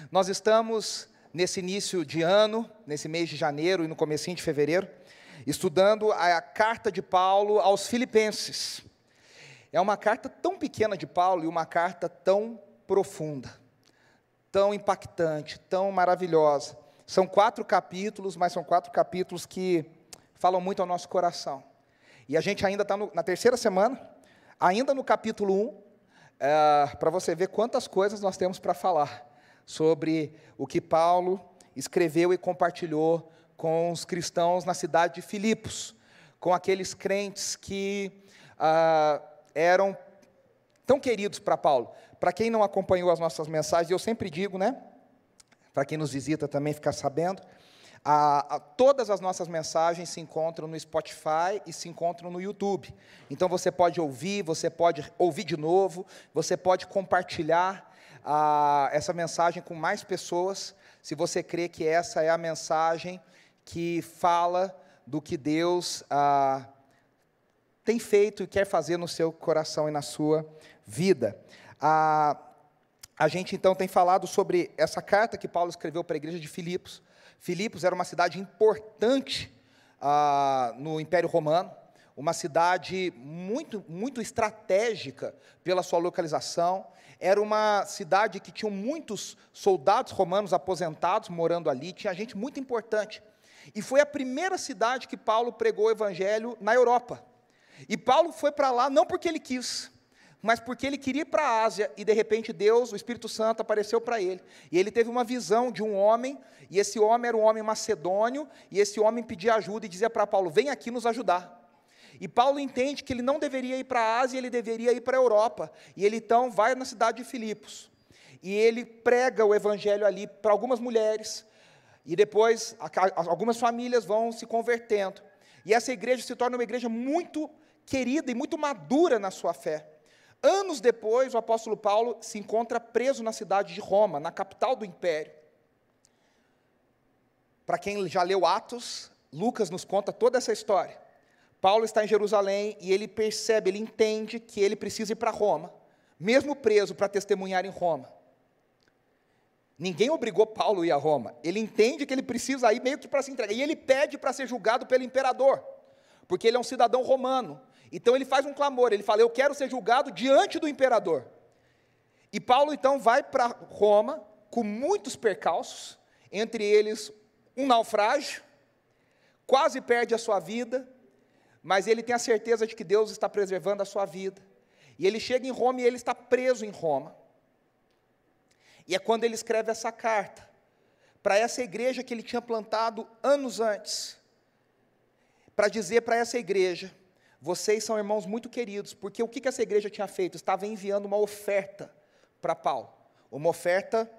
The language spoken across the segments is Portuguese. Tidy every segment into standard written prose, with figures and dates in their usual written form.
Nós estamos nesse início de ano, nesse mês de janeiro e no comecinho de fevereiro, estudando a carta de Paulo aos Filipenses. É uma carta tão pequena de Paulo e uma carta tão profunda, tão impactante, tão maravilhosa. São 4 capítulos, mas são 4 capítulos que falam muito ao nosso coração. E a gente ainda está na terceira semana, ainda no capítulo 1, para você ver quantas coisas nós temos para falar sobre o que Paulo escreveu e compartilhou com os cristãos na cidade de Filipos, com aqueles crentes que eram tão queridos para Paulo. Para quem não acompanhou as nossas mensagens, eu sempre digo, né? Para quem nos visita também ficar sabendo, todas as nossas mensagens se encontram no Spotify e se encontram no YouTube. Então você pode ouvir de novo, você pode compartilhar essa mensagem com mais pessoas, se você crê que essa é a mensagem que fala do que Deus tem feito e quer fazer no seu coração e na sua vida. A gente, então, tem falado sobre essa carta que Paulo escreveu para a igreja de Filipos. Filipos era uma cidade importante no Império Romano, uma cidade muito, muito estratégica pela sua localização. Era uma cidade que tinha muitos soldados romanos aposentados morando ali, tinha gente muito importante. E foi a primeira cidade que Paulo pregou o evangelho na Europa. E Paulo foi para lá não porque ele quis, mas porque ele queria ir para a Ásia, e de repente Deus, o Espírito Santo, apareceu para ele. E ele teve uma visão de um homem, e esse homem era um homem macedônio, e esse homem pedia ajuda e dizia para Paulo: vem aqui nos ajudar. E Paulo entende que ele não deveria ir para a Ásia, ele deveria ir para a Europa. E ele então vai na cidade de Filipos, e ele prega o evangelho ali para algumas mulheres, e depois algumas famílias vão se convertendo. E essa igreja se torna uma igreja muito querida e muito madura na sua fé. Anos depois, o apóstolo Paulo se encontra preso na cidade de Roma, na capital do império. Para quem já leu Atos, Lucas nos conta toda essa história. Paulo está em Jerusalém e ele percebe, ele entende que ele precisa ir para Roma, mesmo preso, para testemunhar em Roma. Ninguém obrigou Paulo a ir a Roma. Ele entende que ele precisa ir meio que para se entregar. E ele pede para ser julgado pelo imperador, porque ele é um cidadão romano. Então ele faz um clamor, ele fala: eu quero ser julgado diante do imperador. E Paulo então vai para Roma com muitos percalços, entre eles um naufrágio, quase perde a sua vida, mas ele tem a certeza de que Deus está preservando a sua vida. E ele chega em Roma e ele está preso em Roma. E é quando ele escreve essa carta para essa igreja que ele tinha plantado anos antes, para dizer para essa igreja: vocês são irmãos muito queridos, porque o que essa igreja tinha feito? Estava enviando uma oferta para Paulo, uma oferta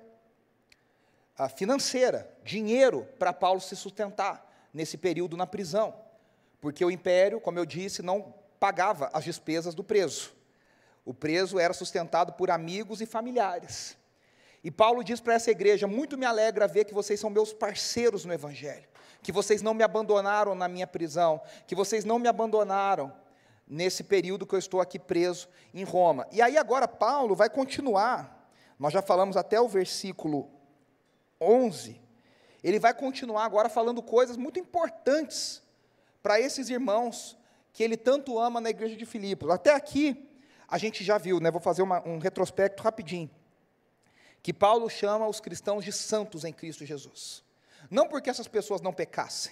financeira, dinheiro para Paulo se sustentar nesse período na prisão, porque o império, como eu disse, não pagava as despesas do preso. O preso era sustentado por amigos e familiares. E Paulo diz para essa igreja: muito me alegra ver que vocês são meus parceiros no evangelho, que vocês não me abandonaram na minha prisão, que vocês não me abandonaram nesse período que eu estou aqui preso em Roma. E aí agora Paulo vai continuar, nós já falamos até o versículo 11, ele vai continuar agora falando coisas muito importantes para esses irmãos que ele tanto ama na igreja de Filipos. Até aqui a gente já viu, né? Vou fazer um retrospecto rapidinho, que Paulo chama os cristãos de santos em Cristo Jesus. Não porque essas pessoas não pecassem,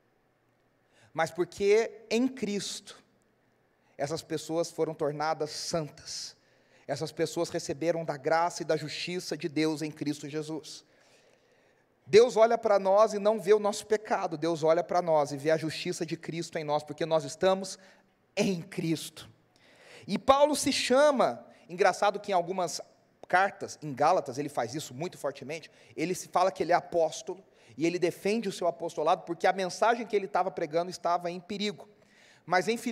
mas porque em Cristo essas pessoas foram tornadas santas. Essas pessoas receberam da graça e da justiça de Deus em Cristo Jesus. Deus olha para nós e não vê o nosso pecado. Deus olha para nós e vê a justiça de Cristo em nós, porque nós estamos em Cristo. E Paulo se chama, engraçado que em algumas cartas, em Gálatas, ele faz isso muito fortemente, ele se fala que ele é apóstolo, e ele defende o seu apostolado, porque a mensagem que ele estava pregando estava em perigo. Mas em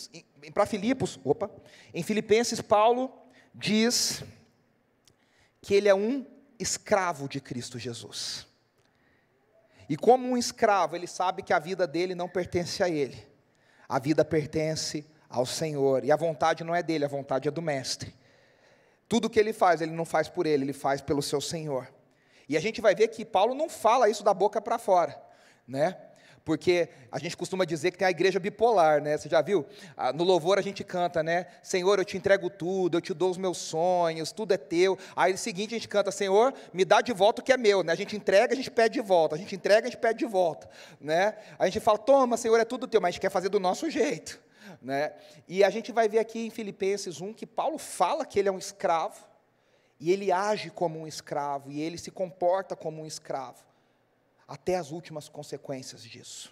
Filipenses, Paulo diz que ele é um escravo de Cristo Jesus. E como um escravo, ele sabe que a vida dele não pertence a ele. A vida pertence ao Senhor, e a vontade não é dele, a vontade é do Mestre. Tudo que ele faz, ele não faz por ele faz pelo seu Senhor. E a gente vai ver que Paulo não fala isso da boca para fora, né? Porque a gente costuma dizer que tem a igreja bipolar, né? Você já viu? No louvor a gente canta, né? Senhor, eu te entrego tudo, eu te dou os meus sonhos, tudo é teu. Aí no seguinte a gente canta, Senhor, me dá de volta o que é meu, né? A gente entrega, a gente pede de volta, a gente entrega, a gente pede de volta, né? A gente fala, toma, Senhor, é tudo teu, mas a gente quer fazer do nosso jeito, né? E a gente vai ver aqui em Filipenses 1 que Paulo fala que ele é um escravo, e ele age como um escravo, e ele se comporta como um escravo, até as últimas consequências disso.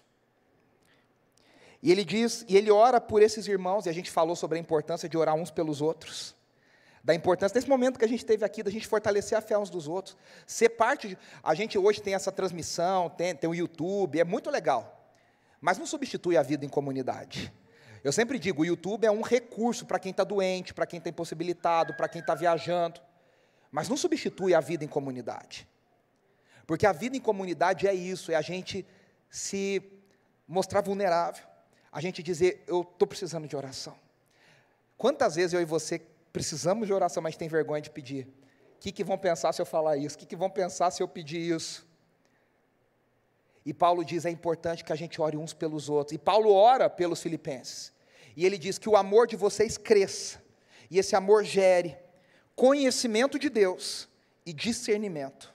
E ele diz, e ele ora por esses irmãos, e a gente falou sobre a importância de orar uns pelos outros, da importância, nesse momento que a gente teve aqui, da gente fortalecer a fé uns dos outros, ser parte, a gente hoje tem essa transmissão, tem o YouTube, é muito legal, mas não substitui a vida em comunidade. Eu sempre digo, o YouTube é um recurso para quem está doente, para quem está impossibilitado, para quem está viajando, mas não substitui a vida em comunidade. Porque a vida em comunidade é isso, é a gente se mostrar vulnerável, a gente dizer, eu estou precisando de oração. Quantas vezes eu e você precisamos de oração, mas tem vergonha de pedir? O que vão pensar se eu falar isso? O que vão pensar se eu pedir isso? E Paulo diz, é importante que a gente ore uns pelos outros. E Paulo ora pelos filipenses. E ele diz que o amor de vocês cresça, e esse amor gere conhecimento de Deus e discernimento.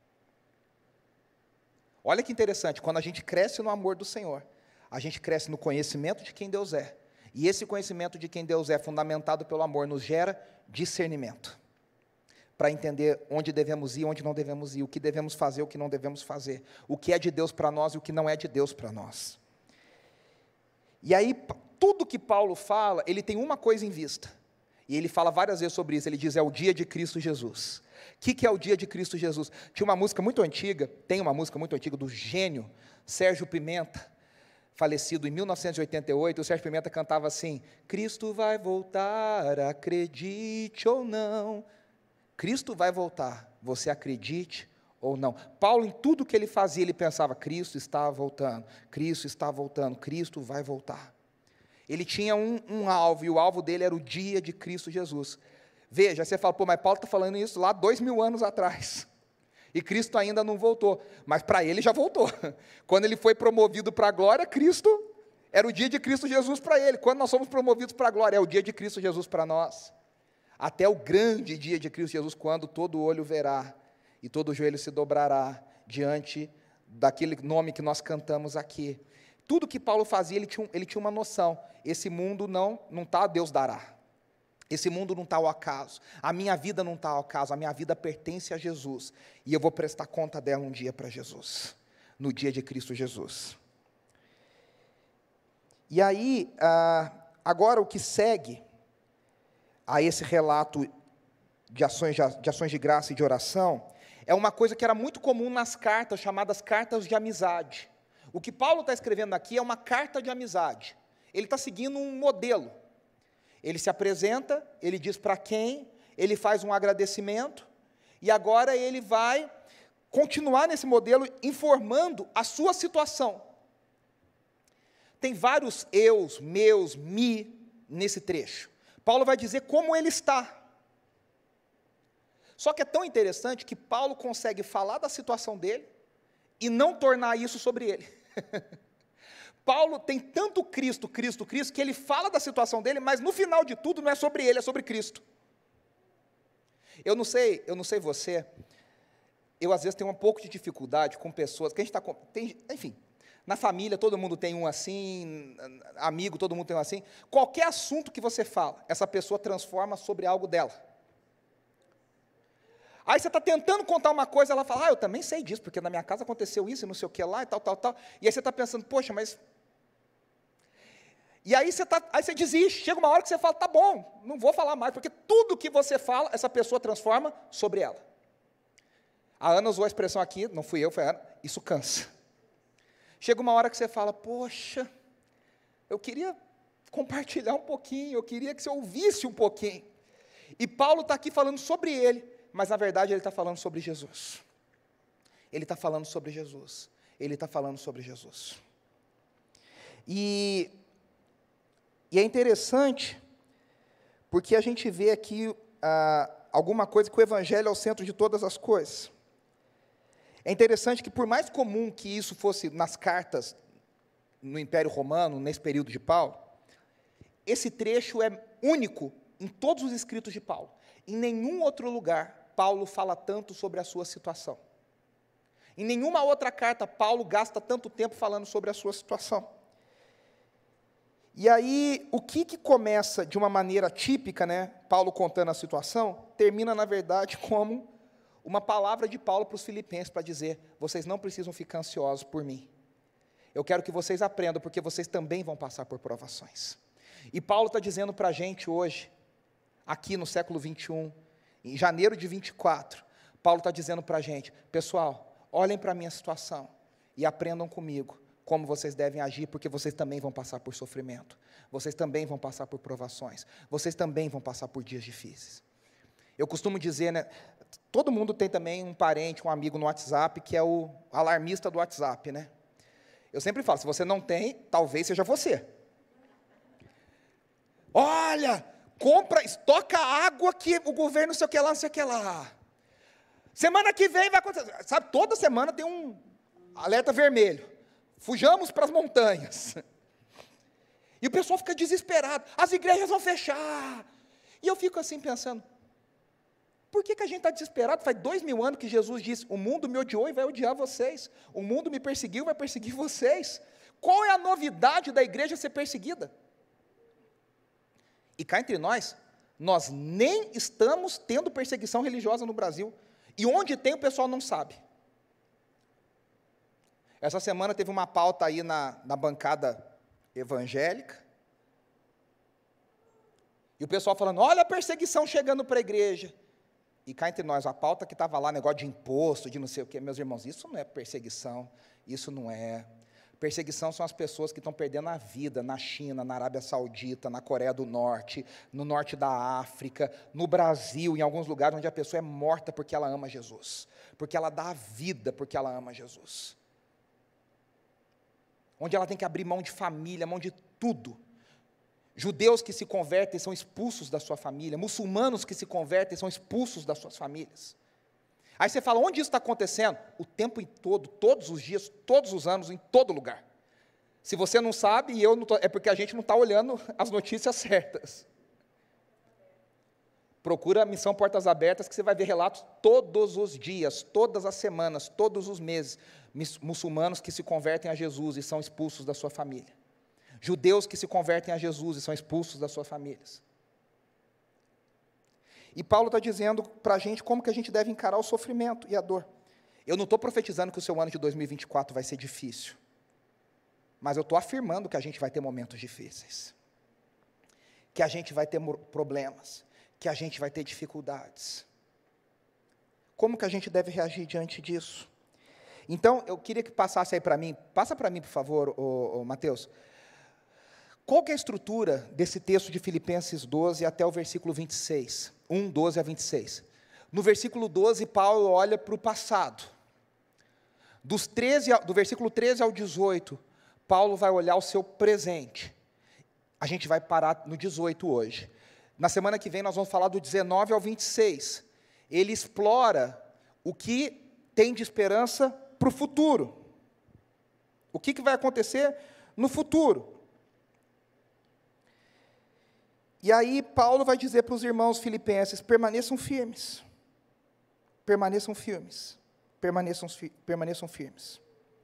Olha que interessante, quando a gente cresce no amor do Senhor, a gente cresce no conhecimento de quem Deus é, e esse conhecimento de quem Deus é, fundamentado pelo amor, nos gera discernimento, para entender onde devemos ir, onde não devemos ir, o que devemos fazer, o que não devemos fazer, o que é de Deus para nós e o que não é de Deus para nós. E aí, tudo que Paulo fala, ele tem uma coisa em vista, e ele fala várias vezes sobre isso, ele diz, é o dia de Cristo Jesus. O que é o dia de Cristo Jesus? Tinha uma música muito antiga, tem uma música muito antiga do gênio Sérgio Pimenta, falecido em 1988, o Sérgio Pimenta cantava assim, Cristo vai voltar, acredite ou não, Cristo vai voltar, você acredite ou não. Paulo, em tudo que ele fazia, ele pensava, Cristo está voltando, Cristo está voltando, Cristo vai voltar. Ele tinha um alvo, e o alvo dele era o dia de Cristo Jesus. Veja, você fala, pô, mas Paulo está falando isso lá 2000 anos atrás, e Cristo ainda não voltou, mas para ele já voltou. Quando ele foi promovido para a glória, Cristo, era o dia de Cristo Jesus para ele. Quando nós somos promovidos para a glória, é o dia de Cristo Jesus para nós. Até o grande dia de Cristo Jesus, quando todo olho verá, e todo joelho se dobrará, diante daquele nome que nós cantamos aqui. Tudo que Paulo fazia, ele tinha uma noção, esse mundo não está, Deus dará. Esse mundo não está ao acaso, a minha vida não está ao acaso, a minha vida pertence a Jesus, e eu vou prestar conta dela um dia para Jesus, no dia de Cristo Jesus. E aí, agora o que segue a esse relato de ações de graça e de oração, é uma coisa que era muito comum nas cartas, chamadas cartas de amizade. O que Paulo está escrevendo aqui é uma carta de amizade, ele está seguindo um modelo. Ele se apresenta, ele diz para quem, ele faz um agradecimento, e agora ele vai continuar nesse modelo, informando a sua situação. Tem vários eus, meus, mi, nesse trecho. Paulo vai dizer como ele está. Só que é tão interessante que Paulo consegue falar da situação dele, e não tornar isso sobre ele. Paulo tem tanto Cristo, que ele fala da situação dele, mas no final de tudo não é sobre ele, é sobre Cristo. Eu não sei você, eu às vezes tenho um pouco de dificuldade com pessoas, que a gente está, enfim, na família todo mundo tem um assim, amigo, todo mundo tem um assim, qualquer assunto que você fala, essa pessoa transforma sobre algo dela. Aí você está tentando contar uma coisa, ela fala, eu também sei disso, porque na minha casa aconteceu isso, e não sei o que lá, e tal, e aí você está pensando, poxa, mas... E aí você desiste, chega uma hora que você fala, tá bom, não vou falar mais, porque tudo que você fala, essa pessoa transforma sobre ela. A Ana usou a expressão aqui, não fui eu, foi a Ana, isso cansa. Chega uma hora que você fala, poxa, eu queria compartilhar um pouquinho, eu queria que você ouvisse um pouquinho. E Paulo está aqui falando sobre ele, mas na verdade ele está falando sobre Jesus. Ele está falando sobre Jesus. Ele está falando sobre Jesus. E é interessante, porque a gente vê aqui alguma coisa que o Evangelho é o centro de todas as coisas. É interessante que, por mais comum que isso fosse nas cartas no Império Romano, nesse período de Paulo, esse trecho é único em todos os escritos de Paulo. Em nenhum outro lugar, Paulo fala tanto sobre a sua situação. Em nenhuma outra carta, Paulo gasta tanto tempo falando sobre a sua situação. E aí, o que começa de uma maneira típica, né, Paulo contando a situação, termina, na verdade, como uma palavra de Paulo para os filipenses, para dizer, vocês não precisam ficar ansiosos por mim. Eu quero que vocês aprendam, porque vocês também vão passar por provações. E Paulo está dizendo para a gente hoje, aqui no século 21, em janeiro de 24, Paulo está dizendo para a gente, pessoal, olhem para a minha situação e aprendam comigo como vocês devem agir, porque vocês também vão passar por sofrimento, vocês também vão passar por provações, vocês também vão passar por dias difíceis. Eu costumo dizer, né, todo mundo tem também um parente, um amigo no WhatsApp, que é o alarmista do WhatsApp, né? Eu sempre falo, se você não tem, talvez seja você. Olha, compra, estoca água que o governo não sei o que lá, não sei o que lá. Semana que vem vai acontecer. Sabe, toda semana tem um alerta vermelho. Fujamos para as montanhas. E o pessoal fica desesperado. As igrejas vão fechar. E eu fico assim pensando, por que a gente está desesperado? Faz 2000 anos que Jesus disse, o mundo me odiou e vai odiar vocês. O mundo me perseguiu e vai perseguir vocês. Qual é a novidade da igreja ser perseguida? E cá entre nós nem estamos tendo perseguição religiosa no Brasil. E onde tem, o pessoal não sabe. Essa semana teve uma pauta aí na bancada evangélica. E o pessoal falando, olha a perseguição chegando para a igreja. E cá entre nós, a pauta que estava lá, negócio de imposto, de não sei o quê, meus irmãos, isso não é perseguição, isso não é. Perseguição são as pessoas que estão perdendo a vida na China, na Arábia Saudita, na Coreia do Norte, no norte da África, no Brasil, em alguns lugares onde a pessoa é morta porque ela ama Jesus, porque ela dá a vida porque ela ama Jesus. Onde ela tem que abrir mão de família, mão de tudo. Judeus que se convertem são expulsos da sua família, muçulmanos que se convertem são expulsos das suas famílias. Aí você fala, onde isso está acontecendo? O tempo todo, todos os dias, todos os anos, em todo lugar. Se você não sabe, e eu não tô, é porque a gente não está olhando as notícias certas. Procura a Missão Portas Abertas, que você vai ver relatos todos os dias, todas as semanas, todos os meses, muçulmanos que se convertem a Jesus e são expulsos da sua família. Judeus que se convertem a Jesus e são expulsos das suas famílias. E Paulo está dizendo para a gente como que a gente deve encarar o sofrimento e a dor. Eu não estou profetizando que o seu ano de 2024 vai ser difícil, mas eu estou afirmando que a gente vai ter momentos difíceis, que a gente vai ter problemas, que a gente vai ter dificuldades. Como que a gente deve reagir diante disso? Então, eu queria que passasse aí para mim, passa para mim, por favor, Mateus. Qual que é a estrutura desse texto de Filipenses 12 até o versículo 26? 1, 12 a 26. No versículo 12, Paulo olha para o passado. Do versículo 13 ao 18, Paulo vai olhar o seu presente. A gente vai parar no 18 hoje. Na semana que vem nós vamos falar do 19 ao 26. Ele explora o que tem de esperança para o futuro. O que vai acontecer no futuro. E aí Paulo vai dizer para os irmãos filipenses, permaneçam firmes. Permaneçam firmes. Permaneçam firmes.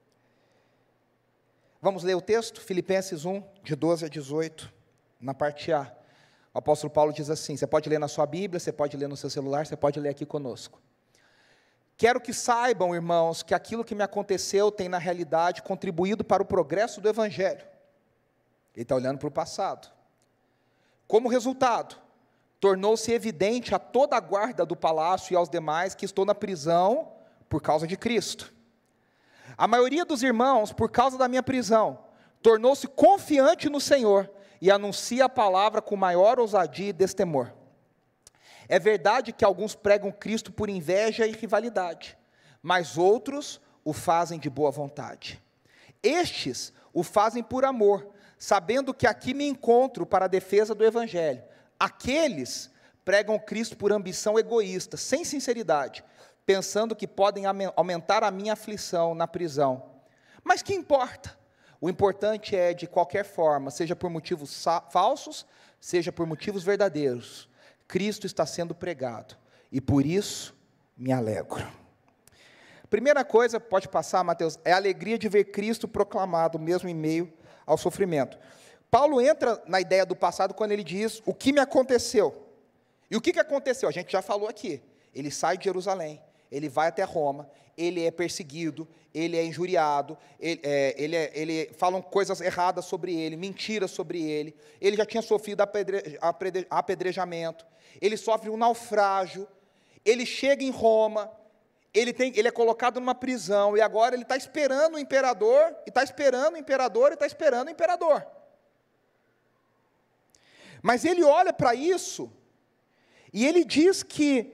Vamos ler o texto? Filipenses 1, de 12 a 18, na parte A. O apóstolo Paulo diz assim, você pode ler na sua Bíblia, você pode ler no seu celular, você pode ler aqui conosco. Quero que saibam, irmãos, que aquilo que me aconteceu tem, na realidade, contribuído para o progresso do Evangelho. Ele está olhando para o passado. Como resultado, tornou-se evidente a toda a guarda do palácio e aos demais que estou na prisão por causa de Cristo. A maioria dos irmãos, por causa da minha prisão, tornou-se confiante no Senhor e anuncia a palavra com maior ousadia e destemor. É verdade que alguns pregam Cristo por inveja e rivalidade, mas outros o fazem de boa vontade. Estes o fazem por amor, sabendo que aqui me encontro para a defesa do Evangelho. Aqueles pregam Cristo por ambição egoísta, sem sinceridade, pensando que podem aumentar a minha aflição na prisão. Mas que importa? O importante é, de qualquer forma, seja por motivos falsos, seja por motivos verdadeiros, Cristo está sendo pregado, e por isso me alegro. Primeira coisa, pode passar, Mateus, é a alegria de ver Cristo proclamado, mesmo em meio ao sofrimento. Paulo entra na ideia do passado quando ele diz o que me aconteceu. E o que aconteceu? A gente já falou aqui. Ele sai de Jerusalém, ele vai até Roma, ele é perseguido, ele é injuriado, ele falam coisas erradas sobre ele, mentiras sobre ele já tinha sofrido apedrejamento, ele sofre um naufrágio, ele chega em Roma, ele é colocado numa prisão, e agora ele está esperando o imperador, e está esperando o imperador, e está esperando o imperador. Mas ele olha para isso, e ele diz que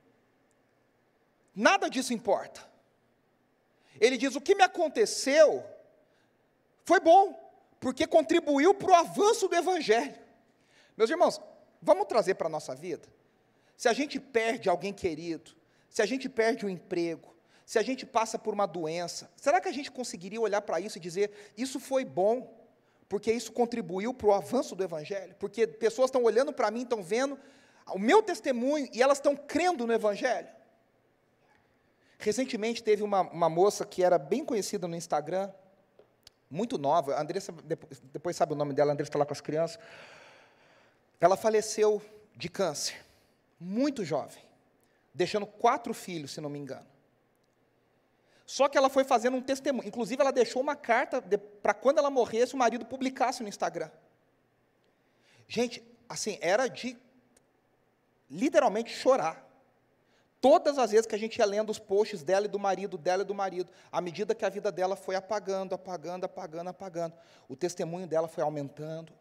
nada disso importa. Ele diz, o que me aconteceu foi bom, porque contribuiu para o avanço do Evangelho. Meus irmãos, vamos trazer para a nossa vida? Se a gente perde alguém querido, se a gente perde um emprego, se a gente passa por uma doença, será que a gente conseguiria olhar para isso e dizer, isso foi bom, porque isso contribuiu para o avanço do Evangelho? Porque pessoas estão olhando para mim, estão vendo o meu testemunho, e elas estão crendo no Evangelho. Recentemente teve uma moça que era bem conhecida no Instagram, muito nova, a Andressa, depois sabe o nome dela, a Andressa está lá com as crianças. Ela faleceu de câncer, muito jovem, deixando 4 filhos, se não me engano. Só que ela foi fazendo um testemunho, inclusive ela deixou uma carta para quando ela morresse, o marido publicasse no Instagram. Gente, assim, era de literalmente chorar. Todas as vezes que a gente ia lendo os posts dela e do marido, à medida que a vida dela foi apagando, o testemunho dela foi aumentando.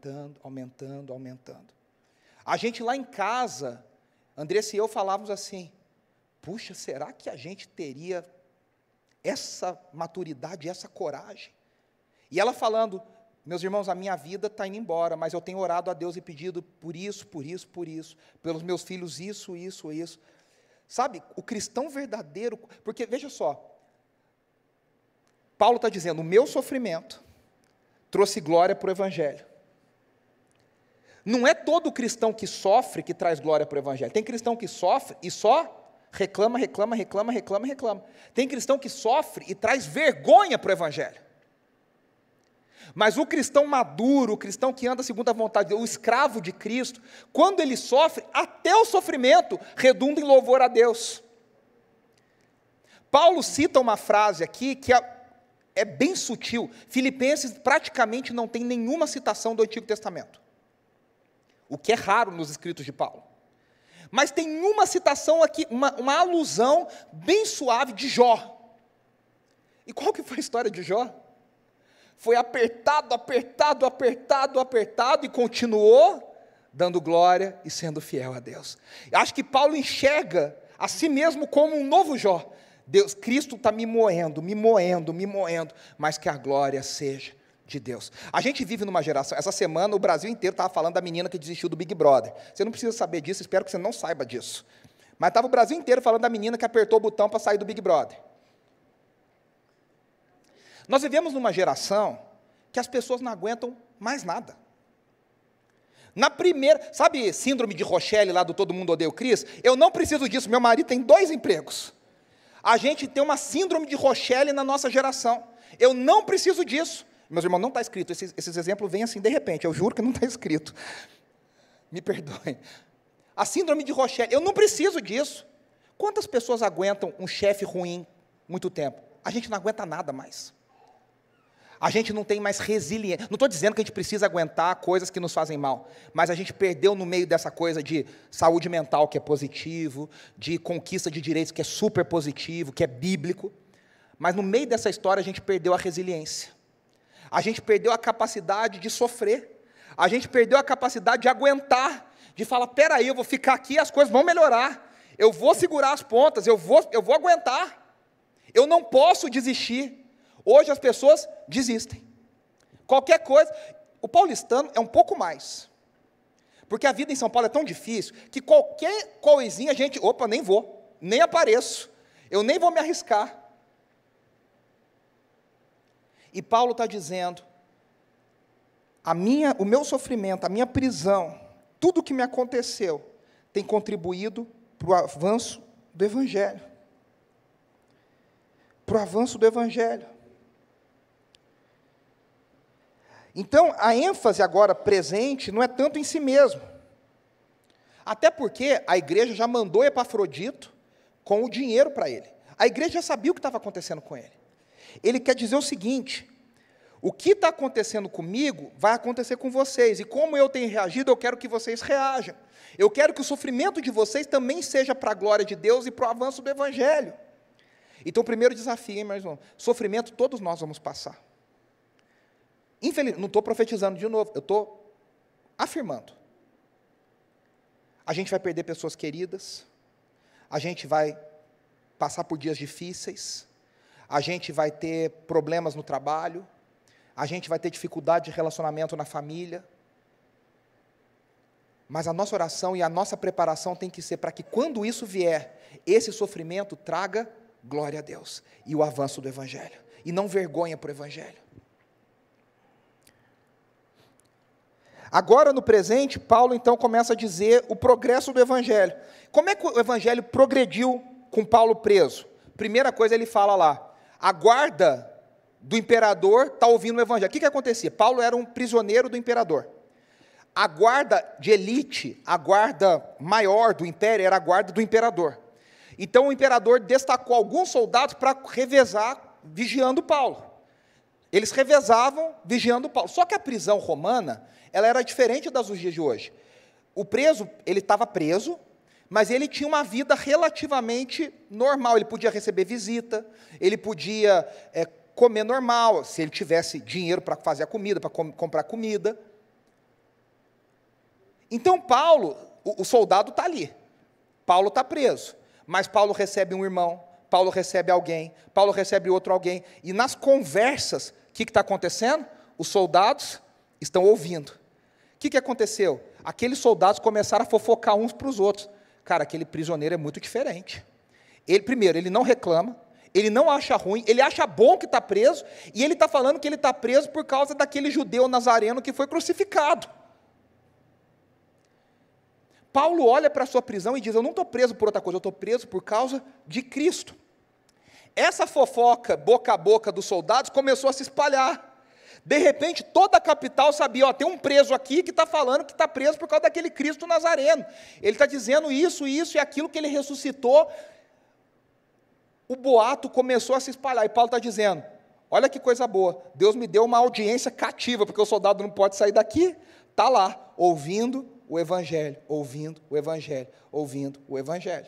A gente lá em casa, Andressa e eu falávamos assim, puxa, será que a gente teria essa maturidade, essa coragem? E ela falando, meus irmãos, a minha vida está indo embora, mas eu tenho orado a Deus e pedido por isso, pelos meus filhos isso. Sabe, o cristão verdadeiro, porque veja só, Paulo está dizendo, o meu sofrimento trouxe glória para o Evangelho. Não é todo cristão que sofre que traz glória para o Evangelho. Tem cristão que sofre e só reclama. Tem cristão que sofre e traz vergonha para o Evangelho. Mas o cristão maduro, o cristão que anda segundo a vontade, o escravo de Cristo, quando ele sofre, até o sofrimento redunda em louvor a Deus. Paulo cita uma frase aqui que é bem sutil. Filipenses praticamente não tem nenhuma citação do Antigo Testamento, o que é raro nos escritos de Paulo. Mas tem uma citação aqui, uma alusão bem suave de Jó. E qual que foi a história de Jó? Foi apertado, e continuou dando glória e sendo fiel a Deus. Acho que Paulo enxerga a si mesmo como um novo Jó. Deus, Cristo está me moendo, mas que a glória seja de Deus. A gente vive numa geração, essa semana o Brasil inteiro estava falando da menina que desistiu do Big Brother. Você não precisa saber disso, espero que você não saiba disso. Mas estava o Brasil inteiro falando da menina que apertou o botão para sair do Big Brother. Nós vivemos numa geração que as pessoas não aguentam mais nada. Na primeira, sabe síndrome de Rochelle lá do Todo Mundo Odeia o Chris? Eu não preciso disso, meu marido tem 2 empregos. A gente tem uma síndrome de Rochelle na nossa geração. Eu não preciso disso. Meus irmãos, não está escrito, esses exemplos vêm assim de repente, eu juro que não está escrito. Me perdoem. A síndrome de Rochelle, eu não preciso disso. Quantas pessoas aguentam um chefe ruim muito tempo? A gente não aguenta nada mais. A gente não tem mais resiliência. Não estou dizendo que a gente precisa aguentar coisas que nos fazem mal, mas a gente perdeu no meio dessa coisa de saúde mental, que é positivo, de conquista de direitos, que é super positivo, que é bíblico, mas no meio dessa história a gente perdeu a resiliência. A gente perdeu a capacidade de sofrer. A gente perdeu a capacidade de aguentar, de falar, peraí, eu vou ficar aqui, as coisas vão melhorar. Eu vou segurar as pontas, eu vou aguentar. Eu não posso desistir. Hoje as pessoas desistem. Qualquer coisa, o paulistano é um pouco mais. Porque a vida em São Paulo é tão difícil, que qualquer coisinha a gente, nem vou, nem apareço. Eu nem vou me arriscar. E Paulo está dizendo, o meu sofrimento, a minha prisão, tudo o que me aconteceu, tem contribuído para o avanço do Evangelho. Para o avanço do Evangelho. Então, a ênfase agora presente não é tanto em si mesmo. Até porque a igreja já mandou Epafrodito com o dinheiro para ele. A igreja já sabia o que estava acontecendo com ele. Ele quer dizer o seguinte: o que está acontecendo comigo vai acontecer com vocês, e como eu tenho reagido, eu quero que vocês reajam. Eu quero que o sofrimento de vocês também seja para a glória de Deus e para o avanço do Evangelho. Então, o primeiro desafio, hein, meu irmão? Sofrimento todos nós vamos passar. Infelizmente, não estou profetizando de novo, eu estou afirmando. A gente vai perder pessoas queridas, a gente vai passar por dias difíceis, a gente vai ter problemas no trabalho, a gente vai ter dificuldade de relacionamento na família, mas a nossa oração e a nossa preparação tem que ser para que quando isso vier, esse sofrimento traga glória a Deus e o avanço do Evangelho, e não vergonha para o Evangelho. Agora, no presente, Paulo, então, começa a dizer o progresso do Evangelho. Como é que o Evangelho progrediu com Paulo preso? Primeira coisa, ele fala lá, a guarda do imperador está ouvindo o Evangelho. O que acontecia? Paulo era um prisioneiro do imperador. A guarda de elite, a guarda maior do império, era a guarda do imperador. Então, o imperador destacou alguns soldados para revezar, vigiando Paulo. Eles revezavam, vigiando Paulo. Só que a prisão romana, ela era diferente das dos dias de hoje. O preso, ele estava preso, mas ele tinha uma vida relativamente normal. Ele podia receber visita, ele podia comer normal, se ele tivesse dinheiro para fazer a comida, para comprar comida. Então, Paulo, o soldado está ali. Paulo está preso, mas Paulo recebe um irmão, Paulo recebe alguém, Paulo recebe outro alguém. E nas conversas, o que está acontecendo? Os soldados estão ouvindo. O que aconteceu? Aqueles soldados começaram a fofocar uns para os outros. Cara, aquele prisioneiro é muito diferente. Primeiro, ele não reclama, ele não acha ruim, ele acha bom que está preso, e ele está falando que ele está preso por causa daquele judeu nazareno que foi crucificado. Paulo olha para a sua prisão e diz, eu não estou preso por outra coisa, eu estou preso por causa de Cristo. Essa fofoca, boca a boca dos soldados, começou a se espalhar. De repente, toda a capital sabia, tem um preso aqui que está falando que está preso por causa daquele Cristo Nazareno. Ele está dizendo isso e aquilo que ele ressuscitou. O boato começou a se espalhar, e Paulo está dizendo, olha que coisa boa, Deus me deu uma audiência cativa, porque o soldado não pode sair daqui, está lá, ouvindo o Evangelho, ouvindo o Evangelho, ouvindo o Evangelho.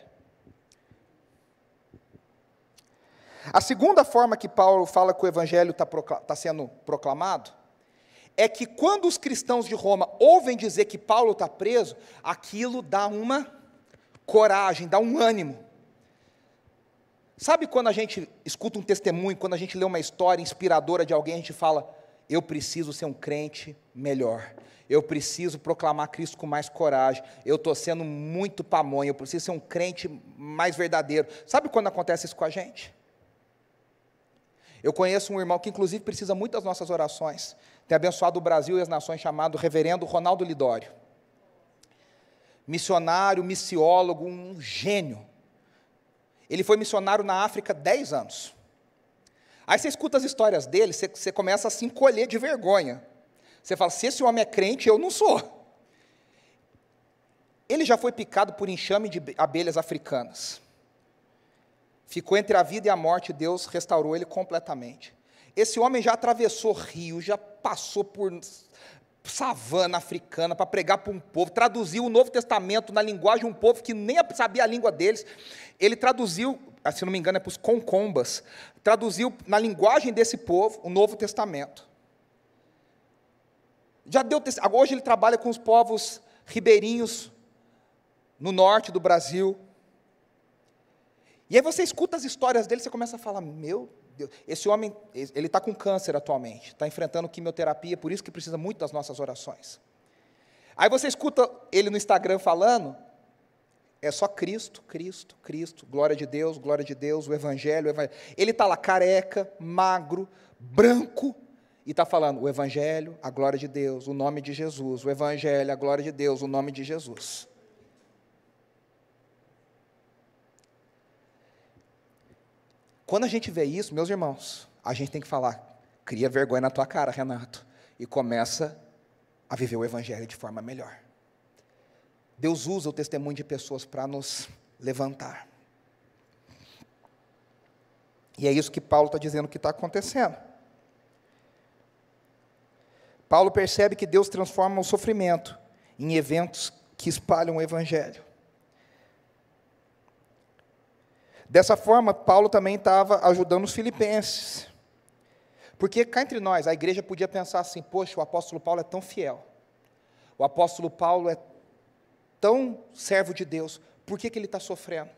A segunda forma que Paulo fala que o Evangelho está sendo proclamado, é que quando os cristãos de Roma ouvem dizer que Paulo está preso, aquilo dá uma coragem, dá um ânimo. Sabe quando a gente escuta um testemunho, quando a gente lê uma história inspiradora de alguém, a gente fala, eu preciso ser um crente melhor, eu preciso proclamar Cristo com mais coragem, eu estou sendo muito pamonha, eu preciso ser um crente mais verdadeiro. Sabe quando acontece isso com a gente? Eu conheço um irmão que, inclusive, precisa muito das nossas orações. Tem abençoado o Brasil e as nações, chamado reverendo Ronaldo Lidório. Missionário, missiólogo, um gênio. Ele foi missionário na África 10 anos. Aí você escuta as histórias dele, você começa a se encolher de vergonha. Você fala, se esse homem é crente, eu não sou. Ele já foi picado por enxame de abelhas africanas. Ficou entre a vida e a morte, Deus restaurou ele completamente. Esse homem já atravessou rio, já passou por savana africana para pregar para um povo, traduziu o Novo Testamento na linguagem de um povo que nem sabia a língua deles. Ele traduziu, se não me engano é para os concombas, traduziu na linguagem desse povo o Novo Testamento. Hoje ele trabalha com os povos ribeirinhos no norte do Brasil. E aí você escuta as histórias dele, você começa a falar, meu Deus, esse homem, ele está com câncer atualmente, está enfrentando quimioterapia, por isso que precisa muito das nossas orações. Aí você escuta ele no Instagram falando, É só Cristo, Cristo, Cristo, glória de Deus, o Evangelho, o Evangelho. Ele está lá careca, magro, branco, e está falando o Evangelho, a glória de Deus, o nome de Jesus, o Evangelho, a glória de Deus, o nome de Jesus. Quando a gente vê isso, meus irmãos, a gente tem que falar, cria vergonha na tua cara, Renato, e começa a viver o Evangelho de forma melhor. Deus usa o testemunho de pessoas para nos levantar. E é isso que Paulo está dizendo que está acontecendo. Paulo percebe que Deus transforma o sofrimento em eventos que espalham o Evangelho. Dessa forma, Paulo também estava ajudando os filipenses. Porque cá entre nós, a igreja podia pensar assim, poxa, o apóstolo Paulo é tão fiel. O apóstolo Paulo é tão servo de Deus. Por que ele está sofrendo?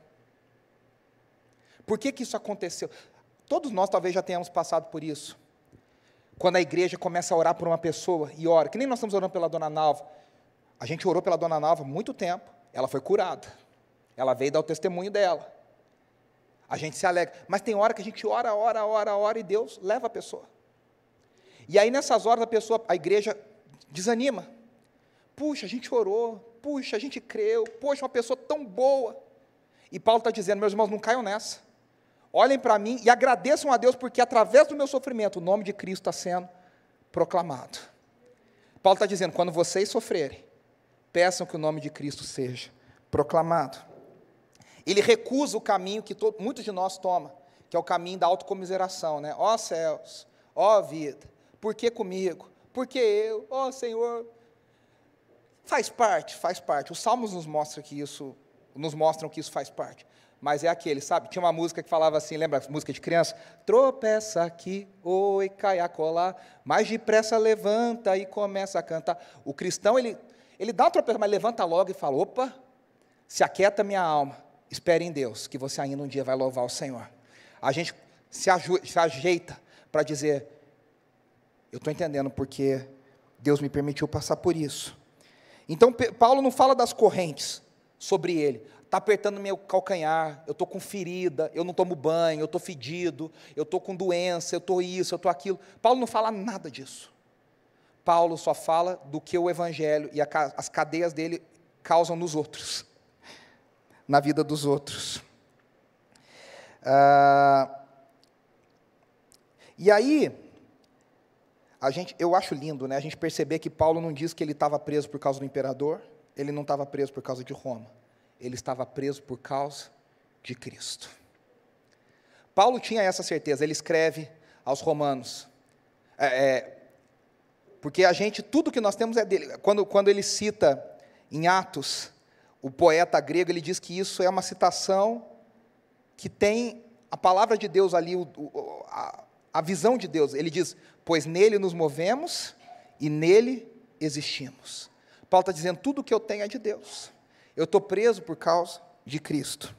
Por que isso aconteceu? Todos nós talvez já tenhamos passado por isso. Quando a igreja começa a orar por uma pessoa e ora, que nem nós estamos orando pela dona Nalva. A gente orou pela dona Nalva há muito tempo, ela foi curada. Ela veio dar o testemunho dela. A gente se alegra, mas tem hora que a gente ora e Deus leva a pessoa. E aí nessas horas a igreja desanima. Puxa, a gente orou, puxa, a gente creu, poxa, uma pessoa tão boa. E Paulo está dizendo, meus irmãos, não caiam nessa. Olhem para mim e agradeçam a Deus, porque através do meu sofrimento, o nome de Cristo está sendo proclamado. Paulo está dizendo, quando vocês sofrerem, peçam que o nome de Cristo seja proclamado. Ele recusa o caminho que muitos de nós tomam, que é o caminho da autocomiseração, né? Ó céus, ó vida, por que comigo? Por que eu? Ó Senhor. Faz parte. Os salmos nos mostram que isso faz parte. Mas é aquele, sabe? Tinha uma música que falava assim, lembra a música de criança? Tropeça aqui, oi, cai acolá, mais depressa levanta e começa a cantar. O cristão, ele dá uma tropeça, mas levanta logo e fala, opa, se aquieta minha alma. Espere em Deus, que você ainda um dia vai louvar o Senhor. A gente se ajeita para dizer, eu estou entendendo porque Deus me permitiu passar por isso. Então, Paulo não fala das correntes sobre ele. Está apertando meu calcanhar, eu estou com ferida, eu não tomo banho, eu estou fedido, eu estou com doença, eu estou isso, eu estou aquilo. Paulo não fala nada disso. Paulo só fala do que o Evangelho e as cadeias dele causam nos outros. Na vida dos outros. E aí, eu acho lindo, né, a gente perceber que Paulo não diz que ele estava preso por causa do imperador, ele não estava preso por causa de Roma, ele estava preso por causa de Cristo. Paulo tinha essa certeza, ele escreve aos romanos, porque tudo que nós temos é dele. Quando ele cita em Atos, o poeta grego, ele diz que isso é uma citação que tem a palavra de Deus ali, a visão de Deus. Ele diz, pois nele nos movemos e nele existimos. Paulo está dizendo, tudo que eu tenho é de Deus. Eu estou preso por causa de Cristo.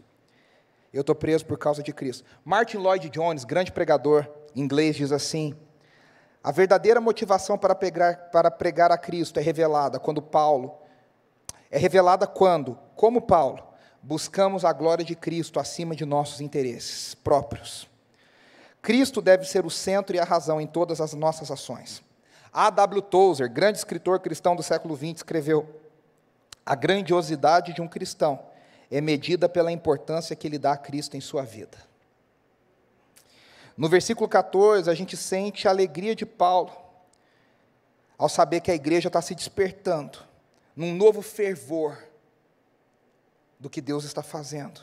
Martin Lloyd Jones, grande pregador inglês, diz assim, a verdadeira motivação para pregar a Cristo é revelada quando, como Paulo, buscamos a glória de Cristo acima de nossos interesses próprios. Cristo deve ser o centro e a razão em todas as nossas ações. A.W. Tozer, grande escritor cristão do século XX, escreveu, a grandiosidade de um cristão é medida pela importância que ele dá a Cristo em sua vida. No versículo 14, a gente sente a alegria de Paulo, ao saber que a igreja está se despertando, num novo fervor do que Deus está fazendo.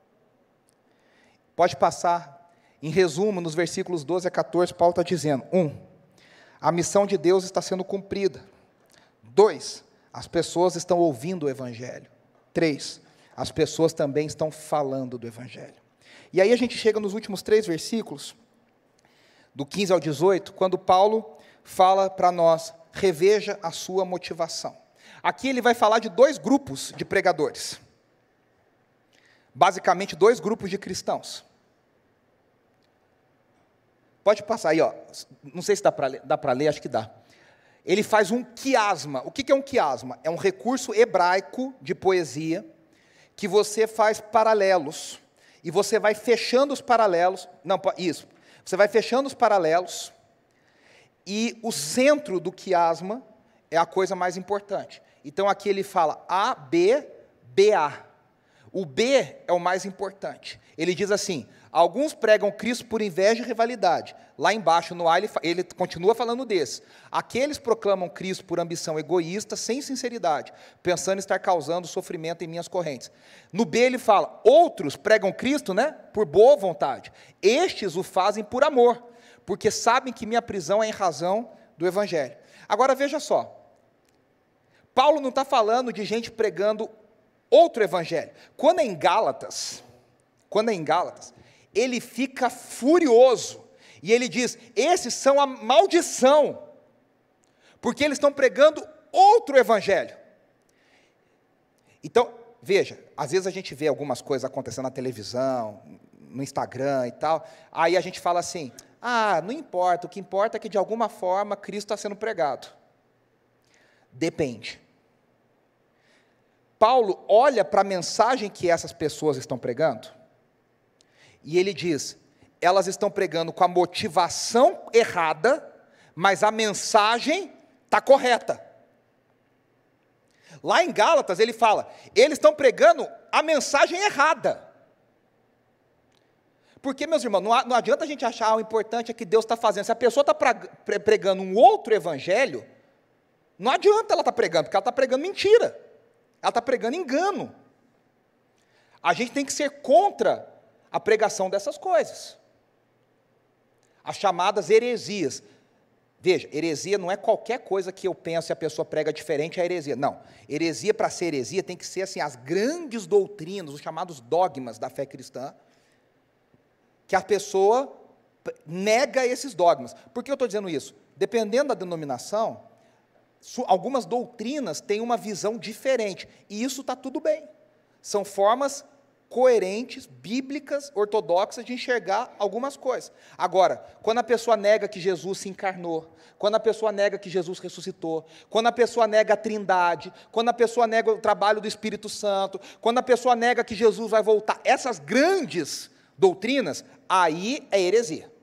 Pode passar, em resumo, nos versículos 12 a 14, Paulo está dizendo, 1, a missão de Deus está sendo cumprida. 2, as pessoas estão ouvindo o Evangelho. 3, as pessoas também estão falando do Evangelho. E aí a gente chega nos últimos 3 versículos, do 15 ao 18, quando Paulo fala para nós, reveja a sua motivação. Aqui ele vai falar de 2 grupos de pregadores. Basicamente, 2 grupos de cristãos. Pode passar aí, ó. Não sei se dá para ler, acho que dá. Ele faz um quiasma. O que é um quiasma? É um recurso hebraico de poesia que você faz paralelos, e você vai fechando os paralelos, não, isso, você vai fechando os paralelos, e o centro do quiasma é a coisa mais importante. Então aqui ele fala A, B, BA. O B é o mais importante. Ele diz assim: alguns pregam Cristo por inveja e rivalidade. Lá embaixo, no A, ele continua falando desse. Aqueles proclamam Cristo por ambição egoísta, sem sinceridade, pensando estar causando sofrimento em minhas correntes. No B ele fala: outros pregam Cristo, né, por boa vontade. Estes o fazem por amor, porque sabem que minha prisão é em razão do Evangelho. Agora veja só, Paulo não está falando de gente pregando outro evangelho. Quando é em Gálatas, ele fica furioso, e ele diz: esses são a maldição, porque eles estão pregando outro evangelho. Então, veja, às vezes a gente vê algumas coisas acontecendo na televisão, no Instagram e tal, aí a gente fala assim: ah, não importa, o que importa é que de alguma forma Cristo está sendo pregado. Depende. Paulo olha para a mensagem que essas pessoas estão pregando, e ele diz: elas estão pregando com a motivação errada, mas a mensagem está correta. Lá em Gálatas ele fala: eles estão pregando a mensagem errada. Porque, meus irmãos, não adianta a gente achar o importante é que Deus está fazendo. Se a pessoa está pregando um outro evangelho, não adianta ela estar pregando, porque ela está pregando mentira. Ela está pregando engano. A gente tem que ser contra a pregação dessas coisas. As chamadas heresias. Veja, heresia não é qualquer coisa que eu penso e a pessoa prega diferente, é heresia. Não, heresia, para ser heresia, tem que ser assim, as grandes doutrinas, os chamados dogmas da fé cristã, que a pessoa nega esses dogmas. Por que eu estou dizendo isso? Dependendo da denominação, algumas doutrinas têm uma visão diferente, e isso está tudo bem. São formas coerentes, bíblicas, ortodoxas de enxergar algumas coisas. Agora, quando a pessoa nega que Jesus se encarnou, quando a pessoa nega que Jesus ressuscitou, quando a pessoa nega a Trindade, quando a pessoa nega o trabalho do Espírito Santo, quando a pessoa nega que Jesus vai voltar, essas grandes doutrinas, aí é heresia.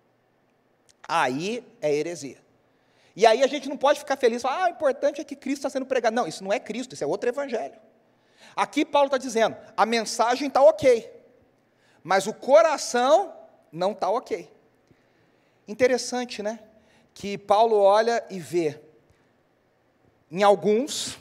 Aí é heresia. E aí a gente não pode ficar feliz, falar: o importante é que Cristo está sendo pregado. Não, isso não é Cristo, isso é outro evangelho. Aqui Paulo está dizendo: a mensagem está ok, mas o coração não está ok. Interessante, né? Que Paulo olha e vê, em alguns,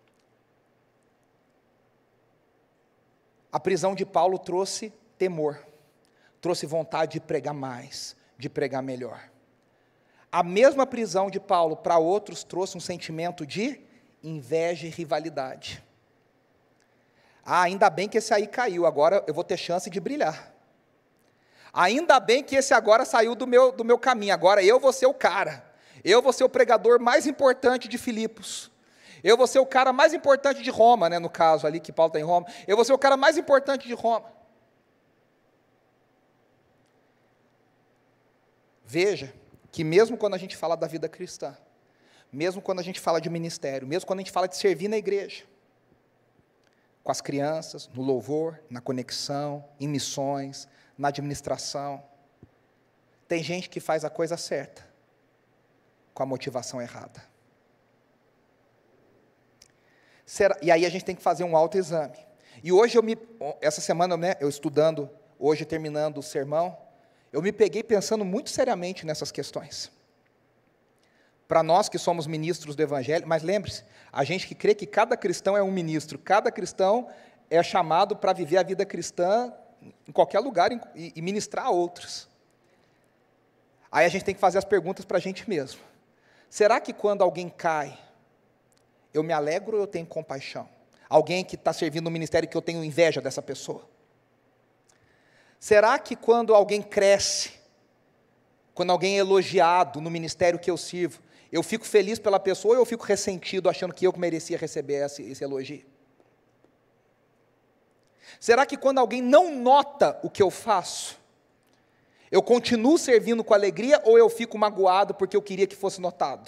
a prisão de Paulo trouxe temor, trouxe vontade de pregar mais, de pregar melhor. A mesma prisão de Paulo para outros trouxe um sentimento de inveja e rivalidade. Ah, ainda bem que esse aí caiu, agora eu vou ter chance de brilhar. Ainda bem que esse agora saiu do meu caminho, agora eu vou ser o cara. Eu vou ser o pregador mais importante de Filipos. Eu vou ser o cara mais importante de Roma, né, no caso ali que Paulo está em Roma. Eu vou ser o cara mais importante de Roma. Veja que mesmo quando a gente fala da vida cristã, mesmo quando a gente fala de ministério, mesmo quando a gente fala de servir na igreja, com as crianças, no louvor, na conexão, em missões, na administração, tem gente que faz a coisa certa, com a motivação errada. E aí a gente tem que fazer um autoexame. E hoje essa semana, né, eu estudando, hoje terminando o sermão, eu me peguei pensando muito seriamente nessas questões. Para nós que somos ministros do Evangelho, mas lembre-se, a gente que crê que cada cristão é um ministro, cada cristão é chamado para viver a vida cristã em qualquer lugar e ministrar a outros. Aí a gente tem que fazer as perguntas para a gente mesmo. Será que quando alguém cai, eu me alegro ou eu tenho compaixão? Alguém que está servindo no ministério que eu tenho inveja dessa pessoa? Será que quando alguém cresce, quando alguém é elogiado no ministério que eu sirvo, eu fico feliz pela pessoa ou eu fico ressentido achando que eu merecia receber esse elogio? Será que quando alguém não nota o que eu faço, eu continuo servindo com alegria ou eu fico magoado porque eu queria que fosse notado?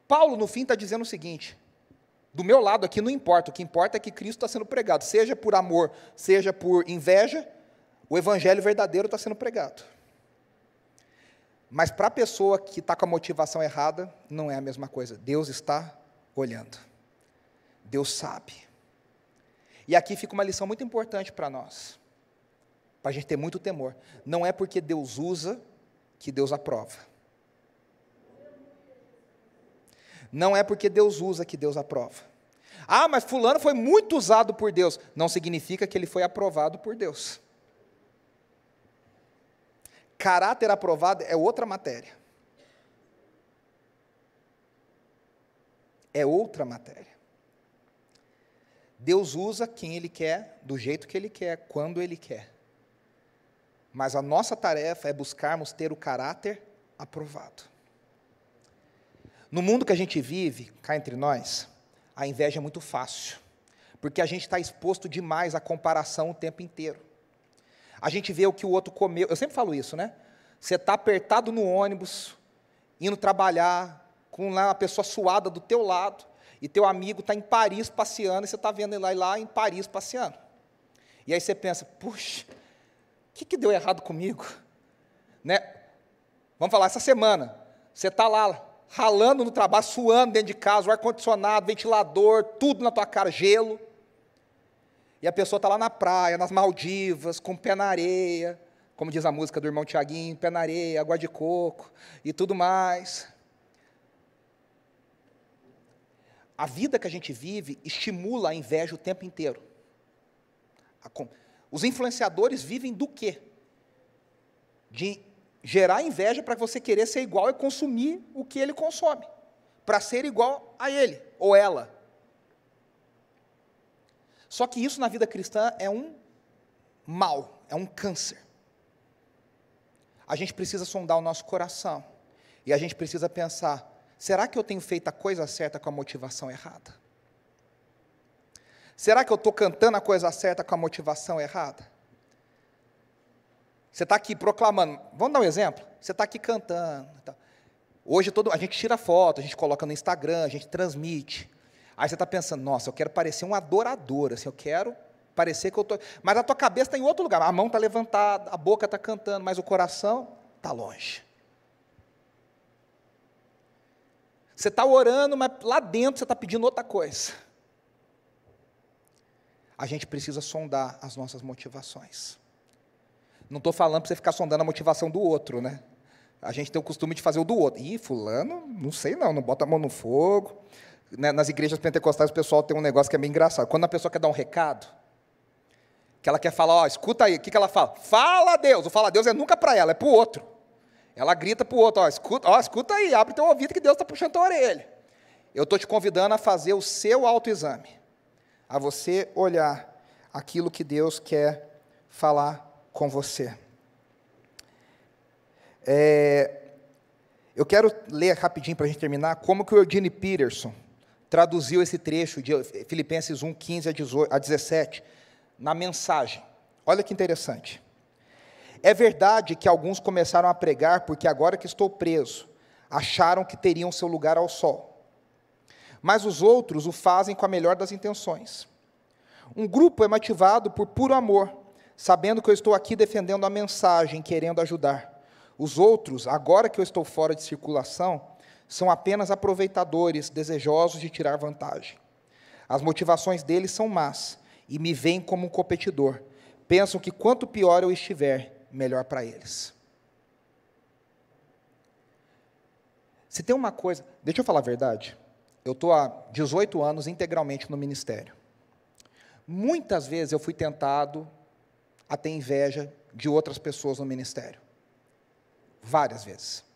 Paulo, no fim, está dizendo o seguinte: do meu lado aqui não importa, o que importa é que Cristo está sendo pregado, seja por amor, seja por inveja, o evangelho verdadeiro está sendo pregado. Mas para a pessoa que está com a motivação errada, não é a mesma coisa. Deus está olhando. Deus sabe. E aqui fica uma lição muito importante para nós, para a gente ter muito temor. Não é porque Deus usa que Deus aprova. Não é porque Deus usa que Deus aprova. Ah, mas fulano foi muito usado por Deus. Não significa que ele foi aprovado por Deus. Caráter aprovado é outra matéria. É outra matéria. Deus usa quem Ele quer, do jeito que Ele quer, quando Ele quer. Mas a nossa tarefa é buscarmos ter o caráter aprovado. No mundo que a gente vive, cá entre nós, a inveja é muito fácil, porque a gente está exposto demais à comparação o tempo inteiro. A gente vê o que o outro comeu, eu sempre falo isso, né? Você está apertado no ônibus, indo trabalhar, com lá uma pessoa suada do teu lado, e teu amigo está em Paris passeando, e você está vendo ele lá em Paris passeando. E aí você pensa, puxa, o que deu errado comigo? Né? Vamos falar, essa semana, você está lá, ralando no trabalho, suando dentro de casa, o ar-condicionado, ventilador, tudo na tua cara, gelo. E a pessoa está lá na praia, nas Maldivas, com pé na areia, como diz a música do irmão Tiaguinho, pé na areia, água de coco e tudo mais. A vida que a gente vive estimula a inveja o tempo inteiro. Os influenciadores vivem do quê? De gerar inveja para você querer ser igual e consumir o que ele consome, para ser igual a ele ou ela. Só que isso na vida cristã é um mal, é um câncer. A gente precisa sondar o nosso coração, e a gente precisa pensar, será que eu tenho feito a coisa certa com a motivação errada? Será que eu estou cantando a coisa certa com a motivação errada? Você está aqui proclamando, vamos dar um exemplo? Você está aqui cantando. Tá. Hoje a gente tira foto, a gente coloca no Instagram, a gente transmite. Aí você está pensando, nossa, eu quero parecer um adorador, assim, eu quero parecer que eu estou... Mas a tua cabeça está em outro lugar, a mão está levantada, a boca está cantando, mas o coração está longe. Você está orando, mas lá dentro você está pedindo outra coisa. A gente precisa sondar as nossas motivações. Não estou falando para você ficar sondando a motivação do outro, né? A gente tem o costume de fazer o do outro. Ih, fulano, não sei não bota a mão no fogo. Nas igrejas pentecostais o pessoal tem um negócio que é meio engraçado. Quando a pessoa quer dar um recado, que ela quer falar, ó, escuta aí, o que ela fala? Fala a Deus. O fala a Deus é nunca para ela, é para o outro. Ela grita para o outro, escuta aí, abre teu ouvido que Deus está puxando tua orelha. Eu estou te convidando a fazer o seu autoexame, a você olhar aquilo que Deus quer falar com você. Eu quero ler rapidinho para a gente terminar, como que o Eugene Peterson traduziu esse trecho de Filipenses 1, 15 a 17, na mensagem. Olha que interessante. É verdade que alguns começaram a pregar porque agora que estou preso, acharam que teriam seu lugar ao sol. Mas os outros o fazem com a melhor das intenções. Um grupo é motivado por puro amor, sabendo que eu estou aqui defendendo a mensagem, querendo ajudar. Os outros, agora que eu estou fora de circulação, são apenas aproveitadores, desejosos de tirar vantagem. As motivações deles são más, e me veem como um competidor. Pensam que quanto pior eu estiver, melhor para eles. Se tem uma coisa, deixa eu falar a verdade, eu estou há 18 anos integralmente no ministério. Muitas vezes eu fui tentado a ter inveja de outras pessoas no ministério. Várias vezes.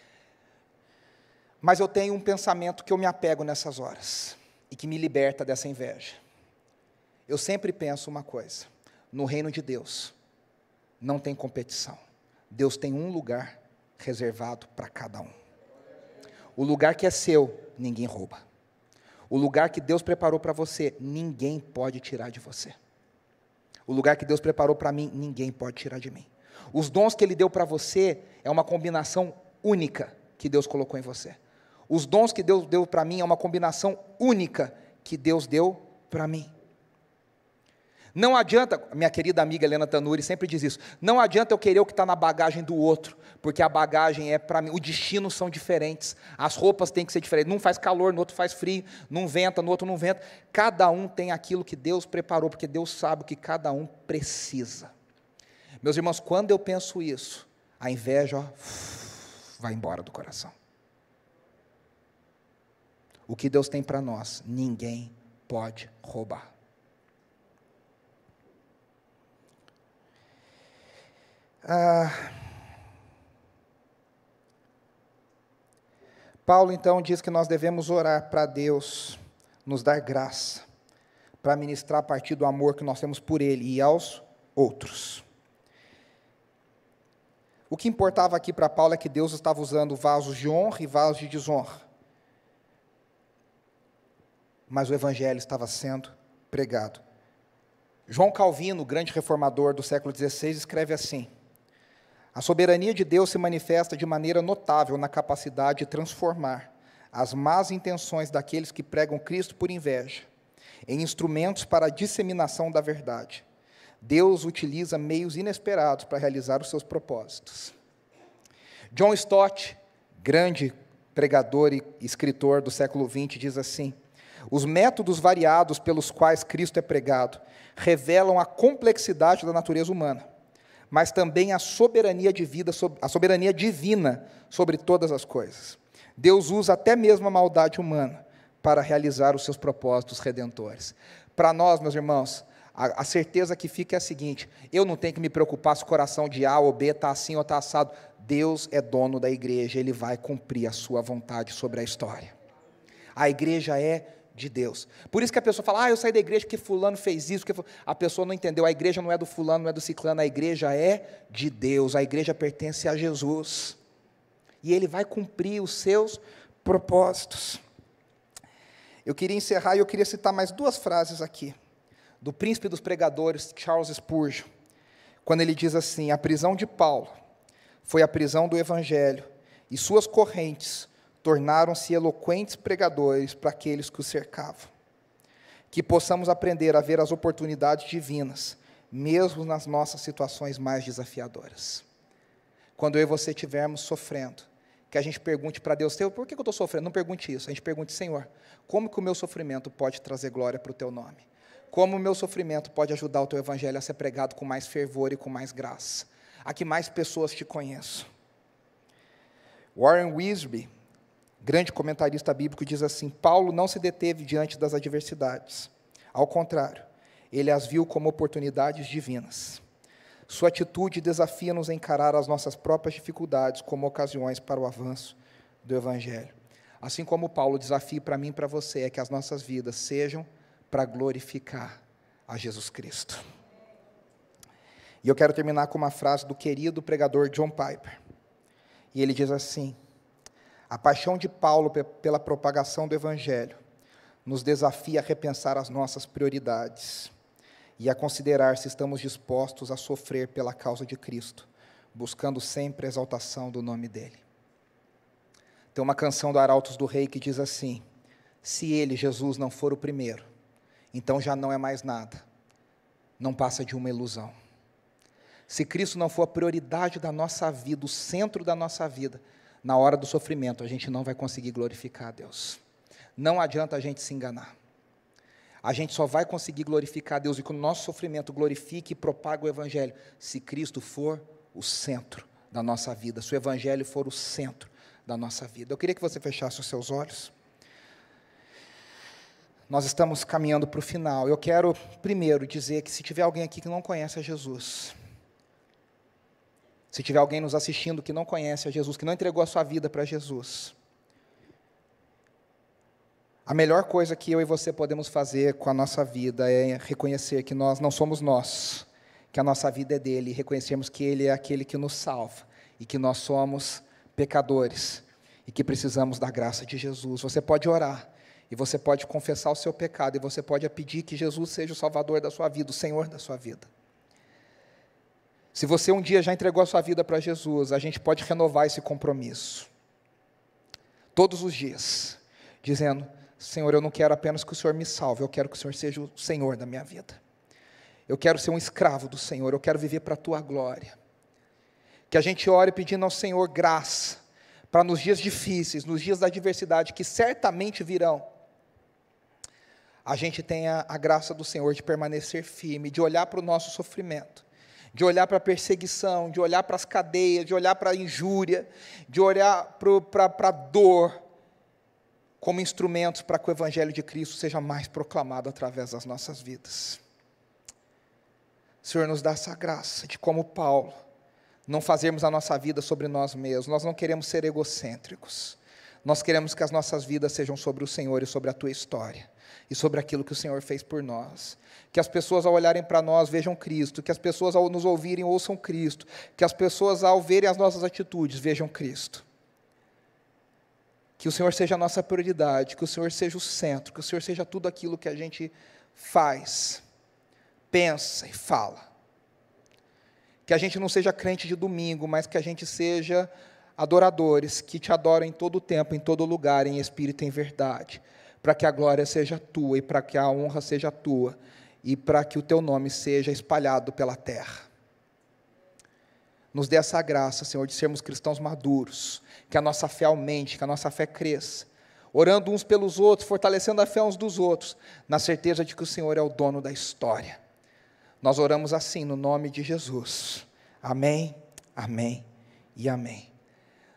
Mas eu tenho um pensamento que eu me apego nessas horas, e que me liberta dessa inveja. Eu sempre penso uma coisa, no reino de Deus, não tem competição. Deus tem um lugar reservado para cada um. O lugar que é seu, ninguém rouba. O lugar que Deus preparou para você, ninguém pode tirar de você. O lugar que Deus preparou para mim, ninguém pode tirar de mim. Os dons que Ele deu para você, é uma combinação única que Deus colocou em você. Os dons que Deus deu para mim é uma combinação única que Deus deu para mim. Não adianta, minha querida amiga Helena Tanuri sempre diz isso, não adianta eu querer o que está na bagagem do outro, porque a bagagem é para mim, os destinos são diferentes, as roupas têm que ser diferentes, num faz calor, no outro faz frio, num venta, no outro não venta, cada um tem aquilo que Deus preparou, porque Deus sabe o que cada um precisa. Meus irmãos, quando eu penso isso, a inveja vai embora do coração. O que Deus tem para nós, ninguém pode roubar. Paulo então diz que nós devemos orar para Deus nos dar graça, para ministrar a partir do amor que nós temos por Ele e aos outros. O que importava aqui para Paulo é que Deus estava usando vasos de honra e vasos de desonra. Mas o Evangelho estava sendo pregado. João Calvino, o grande reformador do século XVI, escreve assim: a soberania de Deus se manifesta de maneira notável na capacidade de transformar as más intenções daqueles que pregam Cristo por inveja em instrumentos para a disseminação da verdade. Deus utiliza meios inesperados para realizar os seus propósitos. John Stott, grande pregador e escritor do século XX, diz assim: os métodos variados pelos quais Cristo é pregado revelam a complexidade da natureza humana, mas também a soberania divina sobre todas as coisas. Deus usa até mesmo a maldade humana para realizar os seus propósitos redentores. Para nós, meus irmãos, a certeza que fica é a seguinte: eu não tenho que me preocupar se o coração de A ou B está assim ou está assado. Deus é dono da igreja, Ele vai cumprir a sua vontade sobre a história. A igreja é de Deus. Por isso que a pessoa fala, eu saí da igreja porque fulano fez isso, a pessoa não entendeu, a igreja não é do fulano, não é do ciclano, a igreja é de Deus, a igreja pertence a Jesus, e Ele vai cumprir os seus propósitos. Eu queria encerrar e eu queria citar mais duas frases aqui, do príncipe dos pregadores, Charles Spurgeon, quando ele diz assim: a prisão de Paulo foi a prisão do Evangelho, e suas correntes tornaram-se eloquentes pregadores para aqueles que o cercavam. Que possamos aprender a ver as oportunidades divinas, mesmo nas nossas situações mais desafiadoras. Quando eu e você estivermos sofrendo, que a gente pergunte para Deus: Senhor, por que eu estou sofrendo? Não pergunte isso, a gente pergunte: Senhor, como que o meu sofrimento pode trazer glória para o Teu nome? Como o meu sofrimento pode ajudar o Teu Evangelho a ser pregado com mais fervor e com mais graça, a que mais pessoas Te conheçam? Warren Wiersbe, grande comentarista bíblico, diz assim: Paulo não se deteve diante das adversidades. Ao contrário, ele as viu como oportunidades divinas. Sua atitude desafia-nos a encarar as nossas próprias dificuldades como ocasiões para o avanço do Evangelho. Assim como Paulo, o desafio para mim e para você é que as nossas vidas sejam para glorificar a Jesus Cristo. E eu quero terminar com uma frase do querido pregador John Piper. E ele diz assim: a paixão de Paulo pela propagação do Evangelho nos desafia a repensar as nossas prioridades e a considerar se estamos dispostos a sofrer pela causa de Cristo, buscando sempre a exaltação do nome dEle. Tem uma canção do Arautos do Rei que diz assim: se Ele, Jesus, não for o primeiro, então já não é mais nada, não passa de uma ilusão. Se Cristo não for a prioridade da nossa vida, o centro da nossa vida, na hora do sofrimento, a gente não vai conseguir glorificar a Deus. Não adianta a gente se enganar. A gente só vai conseguir glorificar a Deus e que o nosso sofrimento glorifique e propague o Evangelho, se Cristo for o centro da nossa vida, se o Evangelho for o centro da nossa vida. Eu queria que você fechasse os seus olhos. Nós estamos caminhando para o final. Eu quero primeiro dizer que se tiver alguém aqui que não conhece a Jesus, se tiver alguém nos assistindo que não conhece a Jesus, que não entregou a sua vida para Jesus, a melhor coisa que eu e você podemos fazer com a nossa vida é reconhecer que nós não somos nós, que a nossa vida é dele, e reconhecermos que ele é aquele que nos salva, e que nós somos pecadores, e que precisamos da graça de Jesus. Você pode orar, e você pode confessar o seu pecado, e você pode pedir que Jesus seja o Salvador da sua vida, o Senhor da sua vida. Se você um dia já entregou a sua vida para Jesus, a gente pode renovar esse compromisso. todos os dias, dizendo: Senhor, eu não quero apenas que o Senhor me salve, eu quero que o Senhor seja o Senhor da minha vida. Eu quero ser um escravo do Senhor, eu quero viver para a Tua glória. Que a gente ore pedindo ao Senhor graça, para nos dias difíceis, nos dias da adversidade, que certamente virão, a gente tenha a graça do Senhor de permanecer firme, de olhar para o nosso sofrimento, de olhar para a perseguição, de olhar para as cadeias, de olhar para a injúria, de olhar para a dor, como instrumentos para que o Evangelho de Cristo seja mais proclamado através das nossas vidas. Senhor, nos dá essa graça de, como Paulo, não fazermos a nossa vida sobre nós mesmos. Nós não queremos ser egocêntricos. Nós queremos que as nossas vidas sejam sobre o Senhor e sobre a Tua história, e sobre aquilo que o Senhor fez por nós. Que as pessoas, ao olharem para nós, vejam Cristo. Que as pessoas, ao nos ouvirem, ouçam Cristo. Que as pessoas, ao verem as nossas atitudes, vejam Cristo. Que o Senhor seja a nossa prioridade, que o Senhor seja o centro, que o Senhor seja tudo aquilo que a gente faz, pensa e fala. Que a gente não seja crente de domingo, mas que a gente seja adoradores, que te adoram em todo o tempo, em todo lugar, em espírito e em verdade, para que a glória seja tua, e para que a honra seja tua, e para que o teu nome seja espalhado pela terra. Nos dê essa graça, Senhor, de sermos cristãos maduros, que a nossa fé aumente, que a nossa fé cresça, orando uns pelos outros, fortalecendo a fé uns dos outros, na certeza de que o Senhor é o dono da história. Nós oramos assim, no nome de Jesus. Amém, amém e amém.